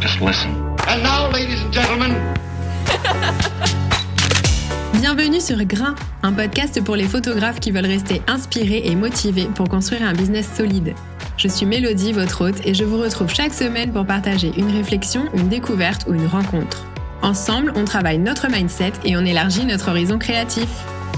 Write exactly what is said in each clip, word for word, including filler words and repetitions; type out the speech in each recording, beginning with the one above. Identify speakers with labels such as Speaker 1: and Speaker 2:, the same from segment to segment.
Speaker 1: Just listen. And now, ladies and gentlemen.
Speaker 2: Bienvenue sur Grain, un podcast pour les photographes qui veulent rester inspirés et motivés pour construire un business solide. Je suis Mélodie, votre hôte, et je vous retrouve chaque semaine pour partager une réflexion, une découverte ou une rencontre. Ensemble, on travaille notre mindset et on élargit notre horizon créatif.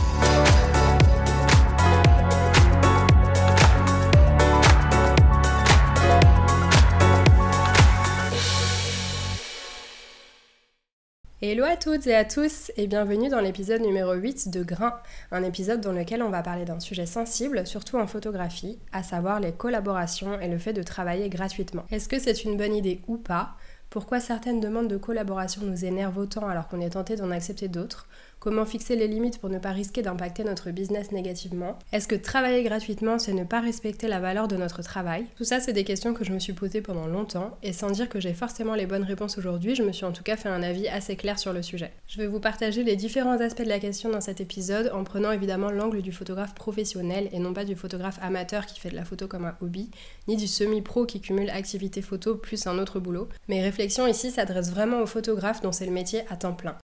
Speaker 3: Hello à toutes et à tous et bienvenue dans l'épisode numéro huit de Grain, un épisode dans lequel on va parler d'un sujet sensible, surtout en photographie, à savoir les collaborations et le fait de travailler gratuitement. Est-ce que c'est une bonne idée ou pas ? Pourquoi certaines demandes de collaboration nous énervent autant alors qu'on est tenté d'en accepter d'autres ? Comment fixer les limites pour ne pas risquer d'impacter notre business négativement ? Est-ce que travailler gratuitement, c'est ne pas respecter la valeur de notre travail ? Tout ça, c'est des questions que je me suis posées pendant longtemps, et sans dire que j'ai forcément les bonnes réponses aujourd'hui, je me suis en tout cas fait un avis assez clair sur le sujet. Je vais vous partager les différents aspects de la question dans cet épisode, en prenant évidemment l'angle du photographe professionnel, et non pas du photographe amateur qui fait de la photo comme un hobby, ni du semi-pro qui cumule activité photo plus un autre boulot. Mes réflexions ici s'adressent vraiment aux photographes dont c'est le métier à temps plein.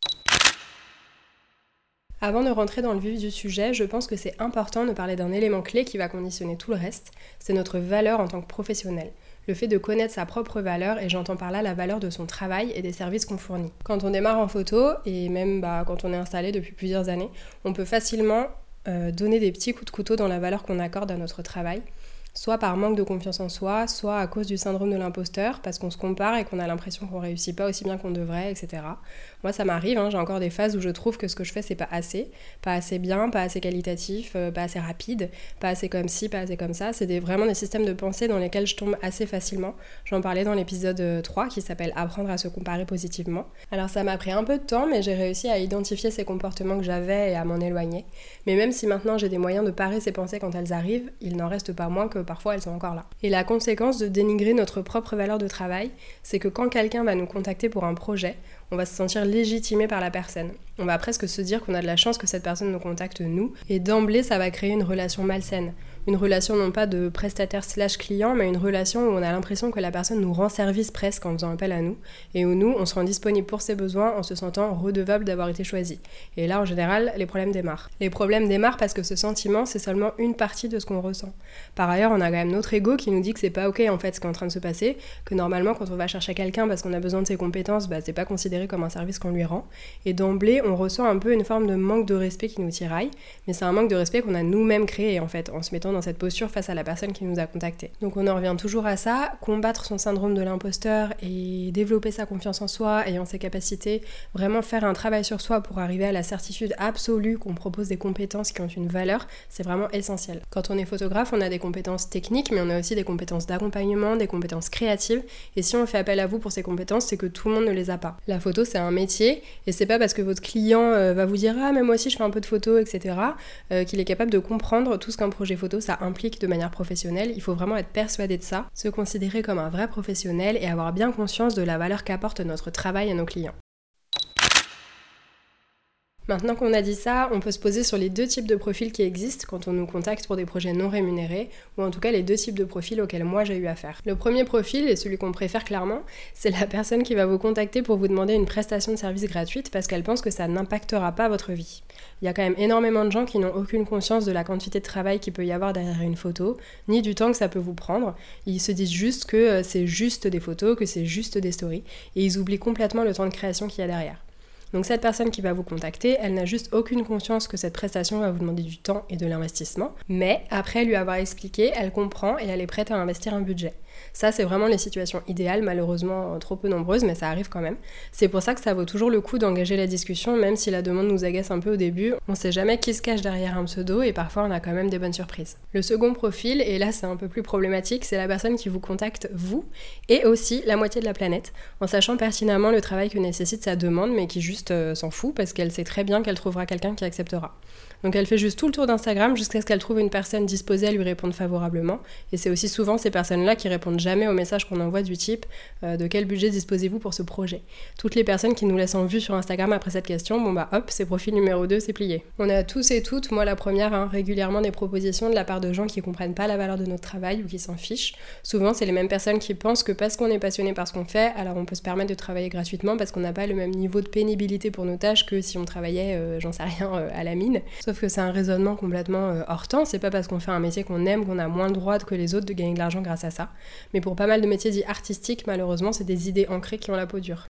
Speaker 3: Avant de rentrer dans le vif du sujet, je pense que c'est important de parler d'un élément clé qui va conditionner tout le reste, c'est notre valeur en tant que professionnel. Le fait de connaître sa propre valeur, et j'entends par là la valeur de son travail et des services qu'on fournit. Quand on démarre en photo, et même bah, quand on est installé depuis plusieurs années, on peut facilement euh, donner des petits coups de couteau dans la valeur qu'on accorde à notre travail, soit par manque de confiance en soi, soit à cause du syndrome de l'imposteur, parce qu'on se compare et qu'on a l'impression qu'on réussit pas aussi bien qu'on devrait, et cetera. Moi, ça m'arrive, hein, j'ai encore des phases où je trouve que ce que je fais, c'est pas assez, pas assez bien, pas assez qualitatif, euh, pas assez rapide, pas assez comme ci, pas assez comme ça. C'est des, vraiment des systèmes de pensée dans lesquels je tombe assez facilement. J'en parlais dans l'épisode trois qui s'appelle « Apprendre à se comparer positivement ». Alors ça m'a pris un peu de temps, mais j'ai réussi à identifier ces comportements que j'avais et à m'en éloigner. Mais même si maintenant j'ai des moyens de parer ces pensées quand elles arrivent, il n'en reste pas moins que parfois elles sont encore là. Et la conséquence de dénigrer notre propre valeur de travail, c'est que quand quelqu'un va nous contacter pour un projet, on va se sentir légitimé par la personne. On va presque se dire qu'on a de la chance que cette personne nous contacte nous, et d'emblée ça va créer une relation malsaine. Une relation non pas de prestataire slash client, mais une relation où on a l'impression que la personne nous rend service presque en faisant appel à nous, et où nous, on se rend disponible pour ses besoins en se sentant redevable d'avoir été choisi. Et là, en général, les problèmes démarrent. Les problèmes démarrent parce que ce sentiment, c'est seulement une partie de ce qu'on ressent. Par ailleurs, on a quand même notre ego qui nous dit que c'est pas ok en fait ce qui est en train de se passer, que normalement, quand on va chercher quelqu'un parce qu'on a besoin de ses compétences, bah, c'est pas considéré comme un service qu'on lui rend. Et d'emblée, on ressent un peu une forme de manque de respect qui nous tiraille, mais c'est un manque de respect qu'on a nous-mêmes créé en fait, en se mettant dans cette posture face à la personne qui nous a contacté. Donc on en revient toujours à ça, combattre son syndrome de l'imposteur et développer sa confiance en soi et en ses capacités, vraiment faire un travail sur soi pour arriver à la certitude absolue qu'on propose des compétences qui ont une valeur, c'est vraiment essentiel. Quand on est photographe, on a des compétences techniques, mais on a aussi des compétences d'accompagnement, des compétences créatives, et si on fait appel à vous pour ces compétences, c'est que tout le monde ne les a pas. La photo, c'est un métier, et c'est pas parce que votre client euh, va vous dire « Ah, mais moi aussi je fais un peu de photo, et cetera euh, qu'il est capable de comprendre tout ce qu'un projet photo, ça implique de manière professionnelle. Il faut vraiment être persuadé de ça, se considérer comme un vrai professionnel et avoir bien conscience de la valeur qu'apporte notre travail à nos clients. Maintenant qu'on a dit ça, on peut se poser sur les deux types de profils qui existent quand on nous contacte pour des projets non rémunérés, ou en tout cas les deux types de profils auxquels moi j'ai eu affaire. Le premier profil, et celui qu'on préfère clairement, c'est la personne qui va vous contacter pour vous demander une prestation de service gratuite parce qu'elle pense que ça n'impactera pas votre vie. Il y a quand même énormément de gens qui n'ont aucune conscience de la quantité de travail qu'il peut y avoir derrière une photo, ni du temps que ça peut vous prendre. Ils se disent juste que c'est juste des photos, que c'est juste des stories, et ils oublient complètement le temps de création qu'il y a derrière. Donc cette personne qui va vous contacter, elle n'a juste aucune conscience que cette prestation va vous demander du temps et de l'investissement, mais après lui avoir expliqué, elle comprend et elle est prête à investir un budget. Ça, c'est vraiment les situations idéales, malheureusement trop peu nombreuses, mais ça arrive quand même. C'est pour ça que ça vaut toujours le coup d'engager la discussion, même si la demande nous agace un peu au début. On sait jamais qui se cache derrière un pseudo et parfois on a quand même des bonnes surprises. Le second profil, et là c'est un peu plus problématique, c'est la personne qui vous contacte, vous, et aussi la moitié de la planète, en sachant pertinemment le travail que nécessite sa demande, mais qui juste juste euh, s'en fout parce qu'elle sait très bien qu'elle trouvera quelqu'un qui acceptera. Donc elle fait juste tout le tour d'Instagram jusqu'à ce qu'elle trouve une personne disposée à lui répondre favorablement. Et c'est aussi souvent ces personnes-là qui répondent jamais aux messages qu'on envoie du type euh, « De quel budget disposez-vous pour ce projet ?» Toutes les personnes qui nous laissent en vue sur Instagram après cette question, bon bah hop, c'est profil numéro deux, c'est plié. On a tous et toutes, moi la première, hein, régulièrement des propositions de la part de gens qui comprennent pas la valeur de notre travail ou qui s'en fichent. Souvent c'est les mêmes personnes qui pensent que parce qu'on est passionné par ce qu'on fait, alors on peut se permettre de travailler gratuitement parce qu'on n'a pas le même niveau de pénibilité pour nos tâches que si on travaillait, euh, j'en sais rien, euh, à la mine. Sauf que c'est un raisonnement complètement euh, hors temps, c'est pas parce qu'on fait un métier qu'on aime qu'on a moins le droit que les autres de gagner de l'argent grâce à ça. Mais pour pas mal de métiers dits artistiques, malheureusement, c'est des idées ancrées qui ont la peau dure.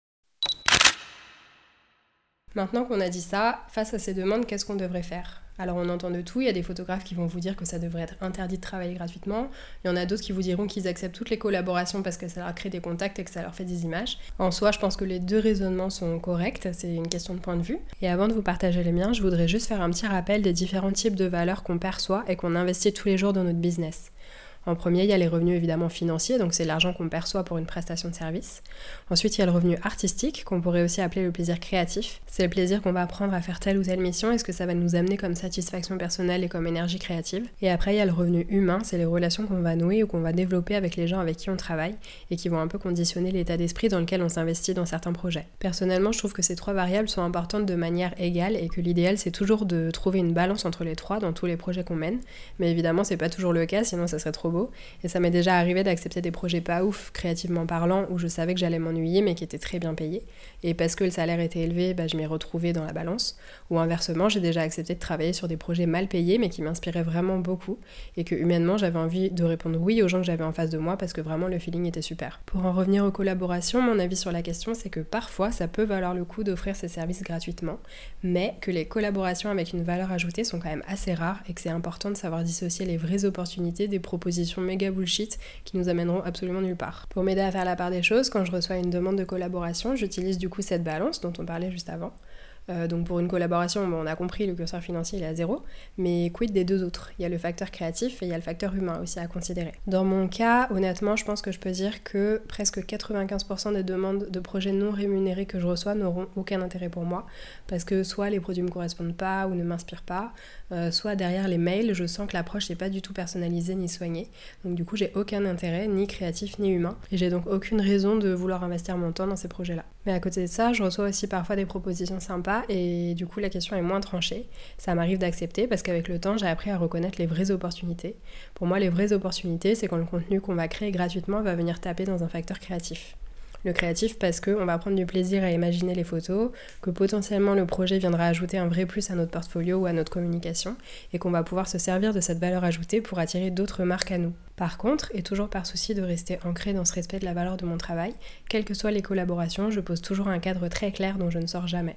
Speaker 3: Maintenant qu'on a dit ça, face à ces demandes, qu'est-ce qu'on devrait faire ? Alors on entend de tout, il y a des photographes qui vont vous dire que ça devrait être interdit de travailler gratuitement, il y en a d'autres qui vous diront qu'ils acceptent toutes les collaborations parce que ça leur crée des contacts et que ça leur fait des images. En soi, je pense que les deux raisonnements sont corrects, c'est une question de point de vue. Et avant de vous partager les miens, je voudrais juste faire un petit rappel des différents types de valeurs qu'on perçoit et qu'on investit tous les jours dans notre business. En premier, il y a les revenus évidemment financiers, donc c'est l'argent qu'on perçoit pour une prestation de service. Ensuite, il y a le revenu artistique, qu'on pourrait aussi appeler le plaisir créatif. C'est le plaisir qu'on va apprendre à faire telle ou telle mission et ce que ça va nous amener comme satisfaction personnelle et comme énergie créative. Et après, il y a le revenu humain, c'est les relations qu'on va nouer ou qu'on va développer avec les gens avec qui on travaille et qui vont un peu conditionner l'état d'esprit dans lequel on s'investit dans certains projets. Personnellement, je trouve que ces trois variables sont importantes de manière égale et que l'idéal, c'est toujours de trouver une balance entre les trois dans tous les projets qu'on mène. Mais évidemment, c'est pas toujours le cas, sinon ça serait trop beau. Et ça m'est déjà arrivé d'accepter des projets pas ouf, créativement parlant, où je savais que j'allais m'ennuyer mais qui étaient très bien payés. Et parce que le salaire était élevé, bah, je m'y retrouvais dans la balance. Ou inversement, j'ai déjà accepté de travailler sur des projets mal payés mais qui m'inspiraient vraiment beaucoup et que humainement j'avais envie de répondre oui aux gens que j'avais en face de moi parce que vraiment le feeling était super. Pour en revenir aux collaborations, mon avis sur la question c'est que parfois ça peut valoir le coup d'offrir ces services gratuitement, mais que les collaborations avec une valeur ajoutée sont quand même assez rares et que c'est important de savoir dissocier les vraies opportunités des propositions méga bullshit qui nous amèneront absolument nulle part. Pour m'aider à faire la part des choses, quand je reçois une demande de collaboration, j'utilise du coup cette balance dont on parlait juste avant. Euh, donc pour une collaboration, bon, on a compris, le curseur financier il est à zéro, mais quid des deux autres ? Il y a le facteur créatif et il y a le facteur humain aussi à considérer. Dans mon cas, honnêtement, je pense que je peux dire que presque quatre-vingt-quinze pour cent des demandes de projets non rémunérés que je reçois n'auront aucun intérêt pour moi, parce que soit les produits me correspondent pas ou ne m'inspirent pas, euh, soit derrière les mails, je sens que l'approche n'est pas du tout personnalisée ni soignée, donc du coup j'ai aucun intérêt, ni créatif ni humain, et j'ai donc aucune raison de vouloir investir mon temps dans ces projets-là. Mais à côté de ça, je reçois aussi parfois des propositions sympas, et du coup la question est moins tranchée. Ça m'arrive d'accepter parce qu'avec le temps j'ai appris à reconnaître les vraies opportunités. Pour moi les vraies opportunités c'est quand le contenu qu'on va créer gratuitement va venir taper dans un facteur créatif. Le créatif parce qu'on va prendre du plaisir à imaginer les photos, que potentiellement le projet viendra ajouter un vrai plus à notre portfolio ou à notre communication et qu'on va pouvoir se servir de cette valeur ajoutée pour attirer d'autres marques à nous. Par contre, et toujours par souci de rester ancré dans ce respect de la valeur de mon travail, quelles que soient les collaborations, je pose toujours un cadre très clair dont je ne sors jamais.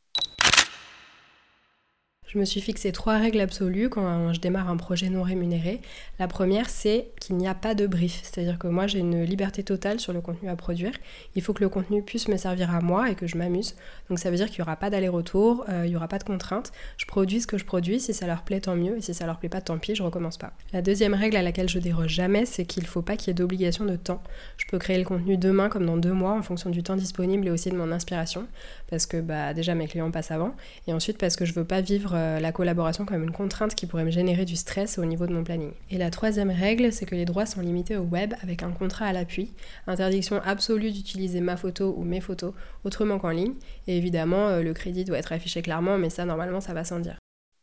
Speaker 3: Je me suis fixé trois règles absolues quand je démarre un projet non rémunéré. La première, c'est qu'il n'y a pas de brief. C'est-à-dire que moi, j'ai une liberté totale sur le contenu à produire. Il faut que le contenu puisse me servir à moi et que je m'amuse. Donc ça veut dire qu'il n'y aura pas d'aller-retour, euh, il n'y aura pas de contraintes. Je produis ce que je produis. Si ça leur plaît, tant mieux. Et si ça leur plaît pas, tant pis, je recommence pas. La deuxième règle à laquelle je déroge jamais, c'est qu'il ne faut pas qu'il y ait d'obligation de temps. Je peux créer le contenu demain comme dans deux mois en fonction du temps disponible et aussi de mon inspiration. Parce que bah, déjà, mes clients passent avant. Et ensuite, parce que je veux pas vivre la collaboration comme une contrainte qui pourrait me générer du stress au niveau de mon planning. Et la troisième règle, c'est que les droits sont limités au web avec un contrat à l'appui, interdiction absolue d'utiliser ma photo ou mes photos autrement qu'en ligne, et évidemment le crédit doit être affiché clairement, mais ça normalement ça va sans dire.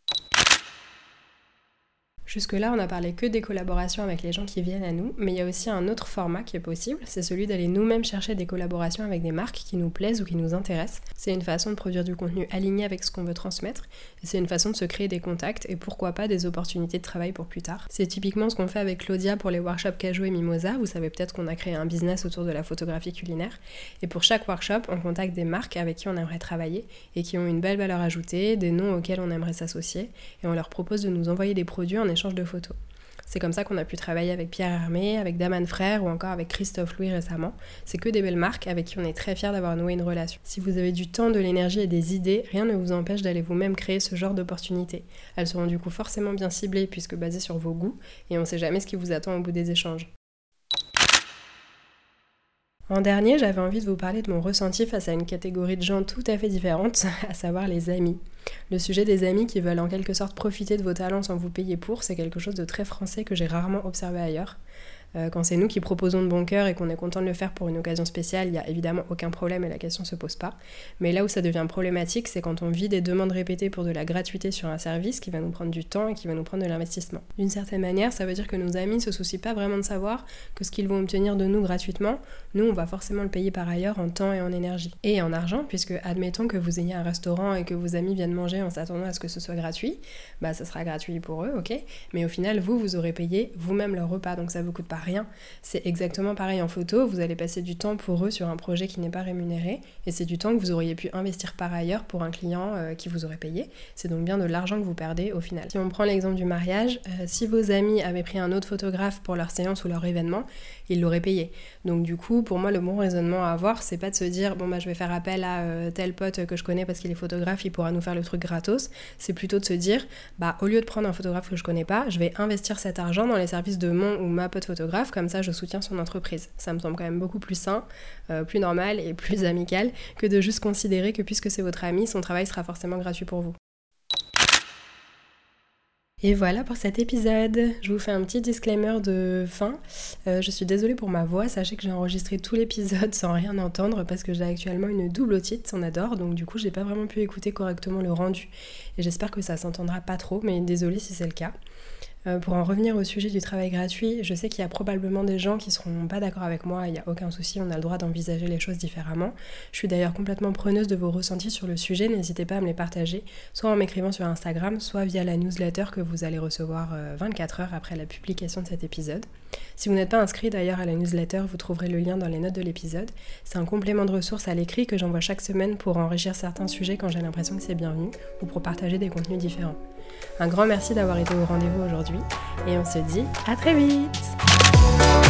Speaker 3: Jusque-là, on n'a parlé que des collaborations avec les gens qui viennent à nous, mais il y a aussi un autre format qui est possible, c'est celui d'aller nous-mêmes chercher des collaborations avec des marques qui nous plaisent ou qui nous intéressent. C'est une façon de produire du contenu aligné avec ce qu'on veut transmettre, et c'est une façon de se créer des contacts et pourquoi pas des opportunités de travail pour plus tard. C'est typiquement ce qu'on fait avec Claudia pour les workshops Cajou et Mimosa. Vous savez peut-être qu'on a créé un business autour de la photographie culinaire, et pour chaque workshop, on contacte des marques avec qui on aimerait travailler et qui ont une belle valeur ajoutée, des noms auxquels on aimerait s'associer, et on leur propose de nous envoyer des produits en échange de photos. C'est comme ça qu'on a pu travailler avec Pierre Hermé, avec Daman Frères ou encore avec Christophe Louis récemment. C'est que des belles marques avec qui on est très fiers d'avoir noué une relation. Si vous avez du temps, de l'énergie et des idées, rien ne vous empêche d'aller vous-même créer ce genre d'opportunités. Elles seront du coup forcément bien ciblées puisque basées sur vos goûts et on sait jamais ce qui vous attend au bout des échanges. En dernier, j'avais envie de vous parler de mon ressenti face à une catégorie de gens tout à fait différente, à savoir les amis. Le sujet des amis qui veulent en quelque sorte profiter de vos talents sans vous payer pour, c'est quelque chose de très français que j'ai rarement observé ailleurs. Euh, quand c'est nous qui proposons de bon cœur et qu'on est content de le faire pour une occasion spéciale, il n'y a évidemment aucun problème et la question ne se pose pas. Mais là où ça devient problématique, c'est quand on vit des demandes répétées pour de la gratuité sur un service qui va nous prendre du temps et qui va nous prendre de l'investissement. D'une certaine manière, ça veut dire que nos amis ne se soucient pas vraiment de savoir que ce qu'ils vont obtenir de nous gratuitement, nous on va forcément le payer par ailleurs en temps et en énergie. Et en argent, puisque admettons que vous ayez un restaurant et que vos amis viennent manger en s'attendant à ce que ce soit gratuit, bah ça sera gratuit pour eux, ok, mais au final vous, vous aurez payé vous-même leur repas, donc ça vous coûte pas rien. C'est exactement pareil en photo, vous allez passer du temps pour eux sur un projet qui n'est pas rémunéré, et c'est du temps que vous auriez pu investir par ailleurs pour un client euh, qui vous aurait payé. C'est donc bien de l'argent que vous perdez au final. Si on prend l'exemple du mariage, euh, si vos amis avaient pris un autre photographe pour leur séance ou leur événement, ils l'auraient payé. Donc du coup, pour moi, le bon raisonnement à avoir, c'est pas de se dire bon bah je vais faire appel à euh, tel pote que je connais parce qu'il est photographe, il pourra nous faire le truc gratos. C'est plutôt de se dire bah au lieu de prendre un photographe que je connais pas, je vais investir cet argent dans les services de mon ou ma pote photographe, comme ça je soutiens son entreprise. Ça me semble quand même beaucoup plus sain, euh, plus normal et plus amical que de juste considérer que puisque c'est votre ami, son travail sera forcément gratuit pour vous. Et voilà pour cet épisode. Je vous fais un petit disclaimer de fin. Euh, je suis désolée pour ma voix. Sachez que j'ai enregistré tout l'épisode sans rien entendre parce que j'ai actuellement une double otite, on adore. Donc du coup, j'ai pas vraiment pu écouter correctement le rendu. Et j'espère que ça s'entendra pas trop, mais désolée si c'est le cas. Euh, pour en revenir au sujet du travail gratuit, je sais qu'il y a probablement des gens qui seront pas d'accord avec moi, il n'y a aucun souci, on a le droit d'envisager les choses différemment. Je suis d'ailleurs complètement preneuse de vos ressentis sur le sujet, n'hésitez pas à me les partager, soit en m'écrivant sur Instagram, soit via la newsletter que vous allez recevoir vingt-quatre heures après la publication de cet épisode. Si vous n'êtes pas inscrit d'ailleurs à la newsletter, vous trouverez le lien dans les notes de l'épisode. C'est un complément de ressources à l'écrit que j'envoie chaque semaine pour enrichir certains sujets quand j'ai l'impression que c'est bienvenu, ou pour partager des contenus différents. Un grand merci d'avoir été au rendez-vous aujourd'hui et on se dit à très vite!